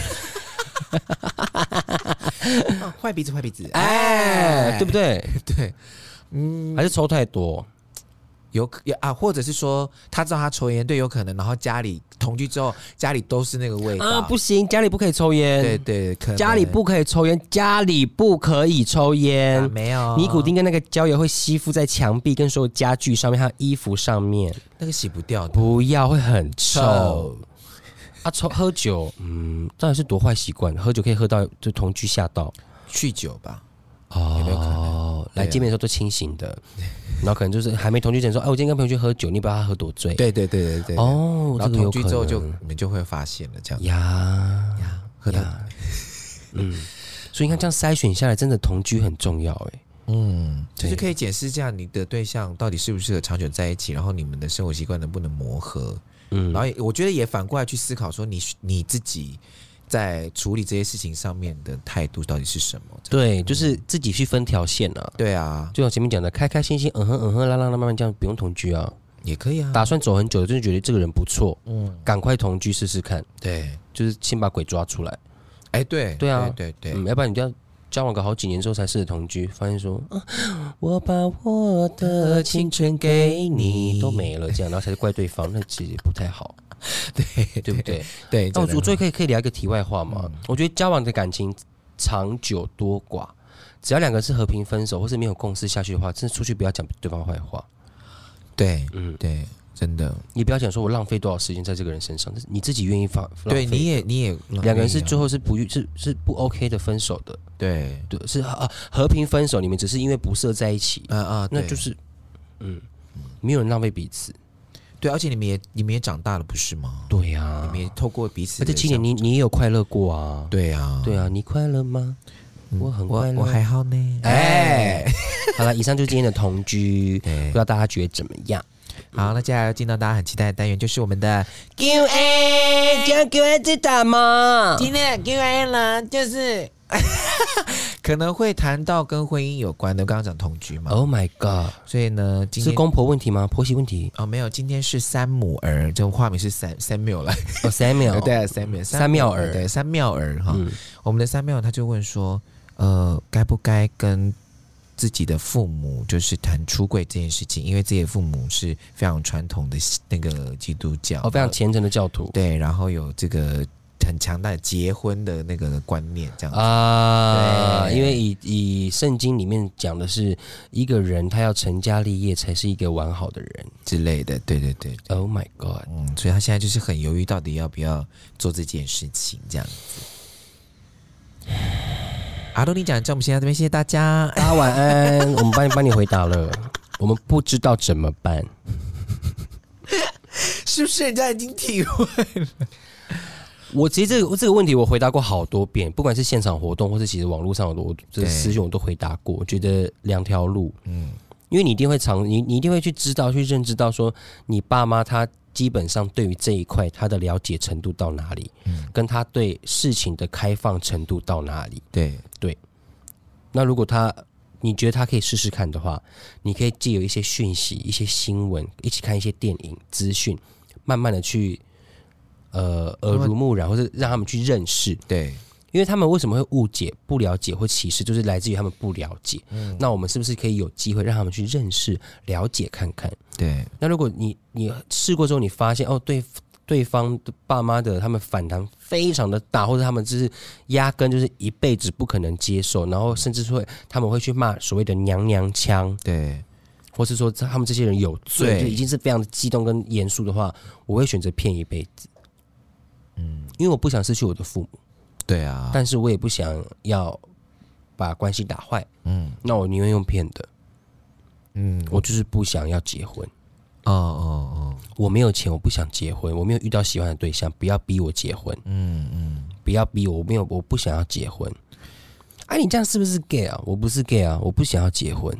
坏鼻子， 对不对？ 对， 还是抽太多， 或者是说他知道他抽烟，对，有可能，然后家里同居之后，家里都是那个味道， 不行，家里不可以抽烟， 对， 家里不可以抽烟，家里不可以抽烟， 没有， 尼古丁跟那个胶油会吸附在墙壁跟所有家具上面，还有衣服上面， 那个洗不掉的， 不要，会很臭。喝酒，当然是多坏习惯。喝酒可以喝到就同居吓到， 酗酒吧？ 有没有可能？来见面的时候都清醒的，然后可能就是还没同居前说，我今天跟朋友去喝酒，你不知道他喝多醉。 对。 哦， 然后同居之后你们就会发现了这样。喝到。 所以你看这样筛选下来，真的同居很重要就是可以检视这样你的对象到底适不适合长久在一起，然后你们的生活习惯能不能磨合。然后我觉得也反过来去思考说你自己在处理这些事情上面的态度到底是什么？ 对，就是自己去分条线啊。 对啊， 就像前面讲的，开开心心，浪慢慢这样，不用同居啊， 也可以啊。 打算走很久，真的觉得这个人不错，赶快同居试试看。 对， 就是先把鬼抓出来。 对啊，对， 要不然你就要交往个好几年之后才试着同居，发现说，我把我的青春给你都没了，这样，然后才怪对方，那其实不太好，对不对？ 对。 那我最后可以聊一个题外话嘛？我觉得交往的感情长久多寡，只要两个是和平分手或是没有共识下去的话，真的出去不要讲对方坏话。 对，对。真的， 你不要讲说我浪费多少时间在这个人身上，你自己愿意放。 对，你也两个人是最后是不 OK 的分手的。 对， 是和平分手，你们只是因为不适合在一起。那就是没有人浪费彼此。 对，而且你们也长大了，不是吗？ 对呀， 你们也透过彼此。 而且7年你也有快乐过啊。 对啊， 你快乐吗？我很快乐， 我还好呢。 好了，以上就是今天的同居，不知道大家觉得怎么样？ 好，那接下来要进到大家很期待的单元，就是我们的 Q&A。今天 Q&A 是什么？ 今天的 Q&A 呢，就是可能会谈到跟婚姻有关的。刚刚讲同居嘛 ，Oh my god！ 所以呢，今天是公婆问题吗？婆媳问题？ 没有，今天是三母儿，这化名是Samuel 来。 Samuel， 对，Samuel， 三妙儿， 对，三妙儿哈。我们的三妙他就问说，该不该跟自己的父母就是谈出柜这件事情，因为自己的父母是非常传统的那个基督教， 非常虔诚的教徒， 对，然后有这个很强大的结婚的那个观念，这样子对，因为以圣经里面讲的是一个人他要成家立业才是一个完好的人之类的，对。 Oh my god！ 所以他现在就是很犹豫，到底要不要做这件事情，这样子。阿东，你讲，叫我们先到这边，谢谢大家， 大家晚安。我们帮你回答了，我们不知道怎么办， 是不是人家已经体会了？ 我其实这个问题我回答过好多遍，不管是现场活动，或是其实网络上我这私讯我都回答过。我觉得两条路，因为你一定会你一定会去知道、去认知到说，你爸妈他基本上对于这一块他的了解程度到哪里，跟他对事情的开放程度到哪里。对。那如果你觉得他可以试试看的话，你可以藉由一些讯息、一些新闻，一起看一些电影资讯，慢慢的去耳濡目染，或者让他们去认识。 对， 因为他们为什么会误解、不了解或歧视，就是来自于他们不了解。那我们是不是可以有机会让他们去认识、了解看看？ 对。 那如果你试过之后，你发现对方的爸妈的他们反弹非常的大，或者他们就是压根就是一辈子不可能接受，然后甚至他们会去骂所谓的娘娘腔， 对， 或是说他们这些人有罪，就已经是非常的激动跟严肃的话，我会选择骗一辈子。因为我不想失去我的父母， 对啊， 但是我也不想要把关系打坏，那我宁愿用骗的，我就是不想要结婚。我没有钱，我不想结婚，我没有遇到喜欢的对象，不要逼我结婚。不要逼我，我不想要结婚。你这样是不是 gay 啊？我不是 gay 啊，我不想要结婚。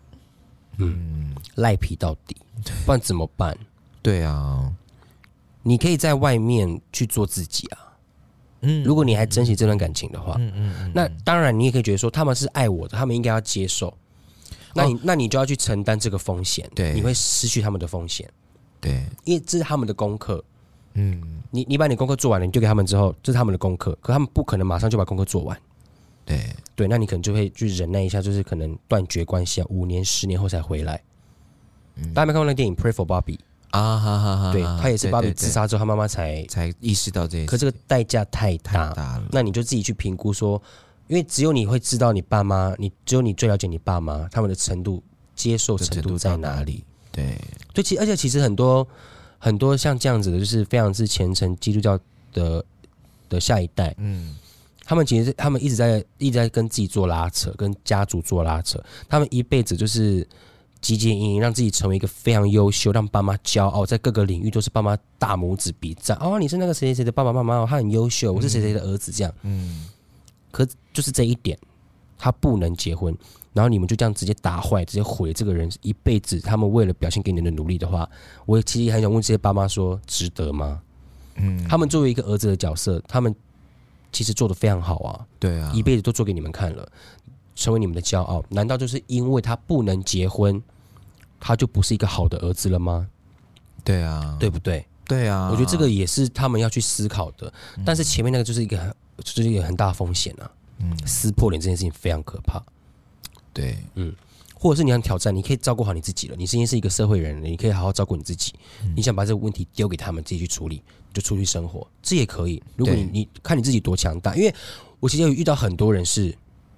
赖皮到底，不然怎么办？ 对啊， 你可以在外面去做自己啊。如果你还珍惜这段感情的话，那当然你也可以觉得说他们是爱我的，他们应该要接受。那你就要去承担这个风险， 对， 你会失去他们的风险， 对， 因为这是他们的功课。你把你功课做完了，你丢给他们之后，这是他们的功课，可他们不可能马上就把功课做完。对，那你可能就会去忍耐一下，就是可能断绝关系啊，5年、10年后才回来。大家没看过那电影《Pray for Bobby》 啊？ 对，他也是芭比自杀之后，他妈妈才意识到这件事， 可这个代价太大了。那你就自己去评估说。因为只有你会知道你爸妈，只有你最了解你爸妈他们的程度接受程度在哪里。对，而且其实很多像这样子的，就是非常是虔诚基督教的下一代，他们其实他们一直在跟自己做拉扯，跟家族做拉扯，他们一辈子就是汲汲营营，让自己成为一个非常优秀，让爸妈骄傲，在各个领域都是爸妈大拇指比赞。你是那个谁谁谁的爸爸妈妈，他很优秀，我是谁谁的儿子，这样。可就是这一点，他不能结婚，然后你们就这样直接打坏、直接毁这个人一辈子。他们为了表现给你的努力的话，我其实也很想问这些爸妈说，值得吗？他们作为一个儿子的角色，他们其实做得非常好啊，对啊，一辈子都做给你们看了，成为你们的骄傲。难道就是因为他不能结婚，他就不是一个好的儿子了吗？对啊，对不对？对啊，我觉得这个也是他们要去思考的。但是前面那个就是一个很大的风险啊，撕破脸这件事情非常可怕。对，或者是你想挑战，你可以照顾好你自己了。你现在是一个社会人了，你可以好好照顾你自己。你想把这个问题丢给他们自己去处理，就出去生活，这也可以。如果你看你自己多强大，因为我其实有遇到很多人是，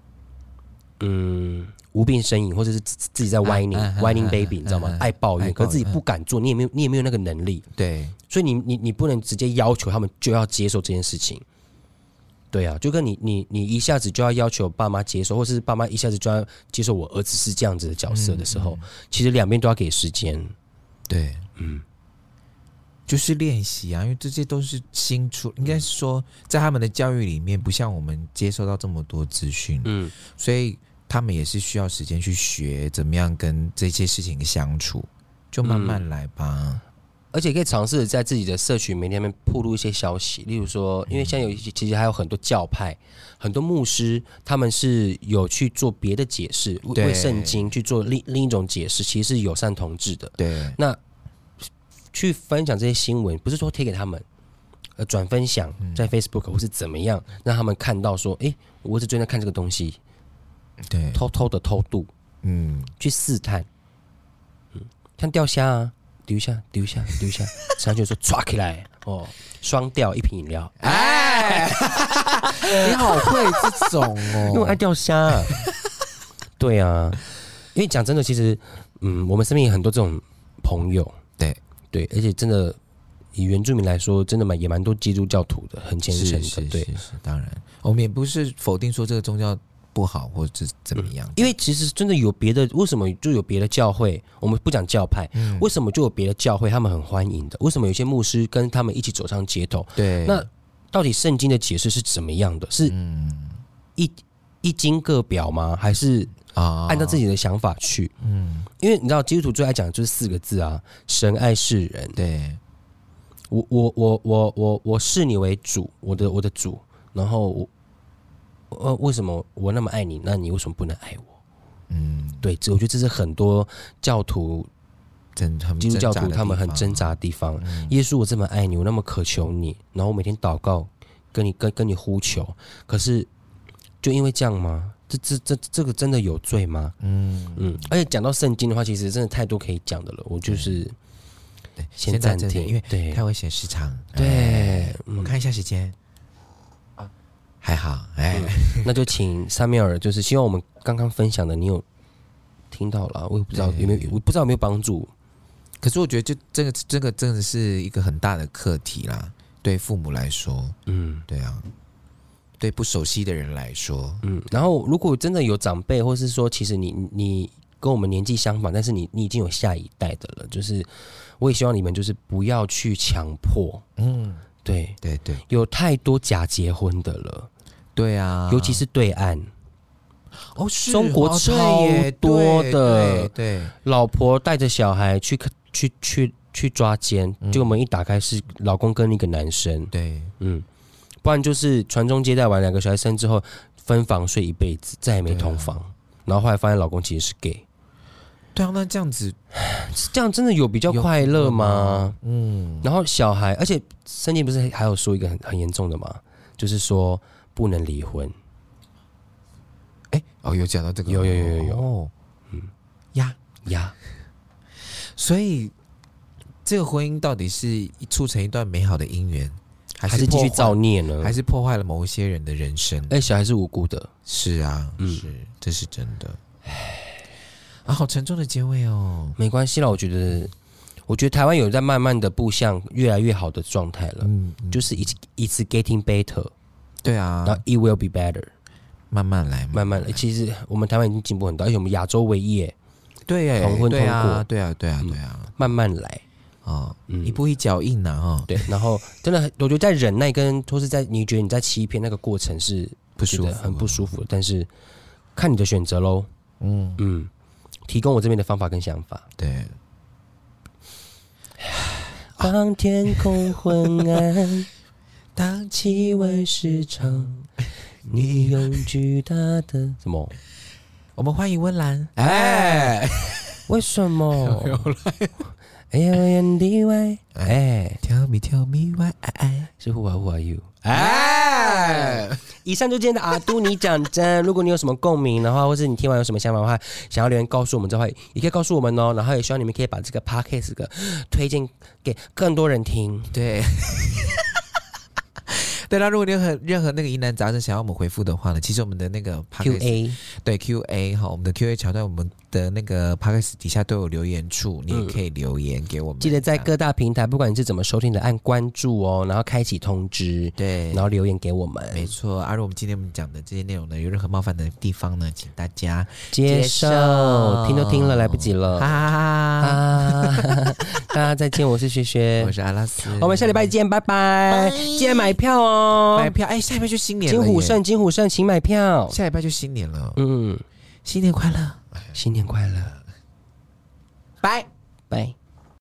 无病呻吟，或者是自己在whining baby， 你知道吗？爱抱怨，可是自己不敢做，你也没有那个能力。对，所以你不能直接要求他们就要接受这件事情。对啊，就跟你一下子就要求爸妈接受，或是爸妈一下子就要接受我儿子是这样子的角色的时候，其实两边都要给时间。对， 就是练习啊，因为这些都是新出，应该是说在他们的教育里面，不像我们接受到这么多资讯，所以他们也是需要时间去学怎么样跟这些事情相处，就慢慢来吧。 而且可以尝试在自己的社群媒体上面曝露一些消息，例如说，因为现在其实还有很多教派、很多牧师，他们是有去做别的解释，为圣经去做另一种解释，其实是友善同志的。对，那去分享这些新闻，不是说贴给他们，转分享在 Facebook 或是怎么样，让他们看到说，我是最近在看这个东西，对，偷偷的偷渡，去试探，像钓虾啊。丢一下，上去说抓起来双钓1瓶饮料， 你好会这种哦， 因为我爱钓虾对啊，因为讲真的，其实我们身边有很多这种朋友，对，而且真的以原住民来说，真的也蛮多基督教徒的，很虔诚的，对， 是当然，我们也不是否定说这个宗教不好或者怎么样， 因为其实真的有别的，为什么就有别的教会？我们不讲教派，为什么就有别的教会他们很欢迎的？为什么有些牧师跟他们一起走上街头？对，那到底圣经的解释是怎么样的？是一经各表吗？还是按照自己的想法去？因为你知道基督徒最爱讲的就是4个字啊：神爱世人。 对， 我视你为主，我的主。然后为什么我那么爱你？那你为什么不能爱我？对，我觉得这是很多教徒。基督教徒他们很挣扎的地方。耶稣，我这么爱你，我那么渴求你，然后我每天祷告，跟你呼求，可是就因为这样吗？这个真的有罪吗？而且讲到圣经的话，其实真的太多可以讲的了。我就是先暂停， 因为太会显时长。 对， 我看一下时间。还好， 那就请萨缪尔，就是希望我们刚刚分享的，你有听到了？我也不知道有没有，我不知道有没有帮助。 可是我觉得，这个真的是一个很大的课题啦，对父母来说，对啊，对不熟悉的人来说， 然后如果真的有长辈，或是说，其实你跟我们年纪相仿，但是你已经有下一代的了，就是我也希望你们就是不要去强迫，对，有太多假结婚的了， 对啊， 尤其是对岸。 是中国超多的， 对， 老婆带着小孩去抓奸，结果门一打开是老公跟一个男生， 对， 不然就是传宗接代完2个小孩生之后分房睡一辈子，再也没同房，然后后来发现老公其实是 gay。 对啊，那这样真的有比较快乐吗？然后小孩，而且圣经不是还有说一个很严重的吗？就是说不能离婚。 有讲到这个， 有，呀， 所以这个婚姻到底是促成一段美好的姻缘，还是继续造孽呢？ 还是破坏了某一些人的人生？ 小孩是无辜的， 是啊，这是真的。好沉重的结尾哦。 没关系啦，我觉得台湾有在慢慢的步向越来越好的状态了，就是 it's getting better， 对啊， 然后 it will be better。 慢慢来。 其实我们台湾已经进步很多，而且我们亚洲唯一耶， 对， 同婚通过， 对啊， 慢慢来一步一脚印啊， 对，然后真的，我觉得在忍耐或是在你觉得你在欺骗那个过程是不舒服， 很不舒服，但是看你的选择喽，提供我这边的方法跟想法， 对。 当天空昏暗，当气温失常。你用巨大的什么？ 我们欢迎温岚。 为什么？LNDY Tell me why 是 Who are you？ 以上就今天的阿都你讲真。如果你有什么共鸣的话，或是你听完有什么想法的话，想要留言告诉我们的话，也可以告诉我们哦。然后也希望你们可以把这个 podcast 推荐给更多人听。 对。对啦，如果你有任何那个疑难杂症想要我们回复的话呢，其实我们的那个 QA 对 QA 我们的 QA 桥段，我们的那个 podcast 底下都有留言处，你也可以留言给我们。 记得在各大平台，不管你是怎么收听的，按关注哦，然后开启通知， 对， 然后留言给我们。 没错，如果我们今天讲的这些内容呢，有任何冒犯的地方呢，请大家接受。听都听了，来不及了。大家再见，我是学学， 我是阿拉斯， 我们下礼拜见，拜拜。记得买票哦， 买票。下礼拜就新年了， 金虎盛，请买票。 下礼拜就新年了， 新年快乐， 新年快乐， 拜拜。